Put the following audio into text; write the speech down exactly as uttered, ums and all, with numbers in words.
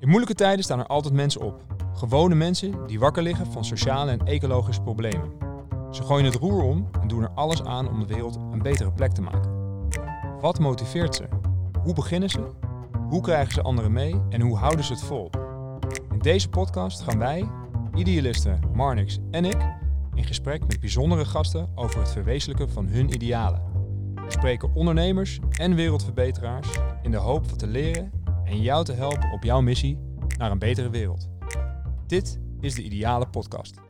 In moeilijke tijden staan er altijd mensen op. Gewone mensen die wakker liggen van sociale en ecologische problemen. Ze gooien het roer om en doen er alles aan om de wereld een betere plek te maken. Wat motiveert ze? Hoe beginnen ze? Hoe krijgen ze anderen mee en hoe houden ze het vol? In deze podcast gaan wij, idealisten Marnix en ik, in gesprek met bijzondere gasten over het verwezenlijken van hun idealen. We spreken ondernemers en wereldverbeteraars in de hoop wat te leren en jou te helpen op jouw missie naar een betere wereld. Dit is de Ideale Podcast.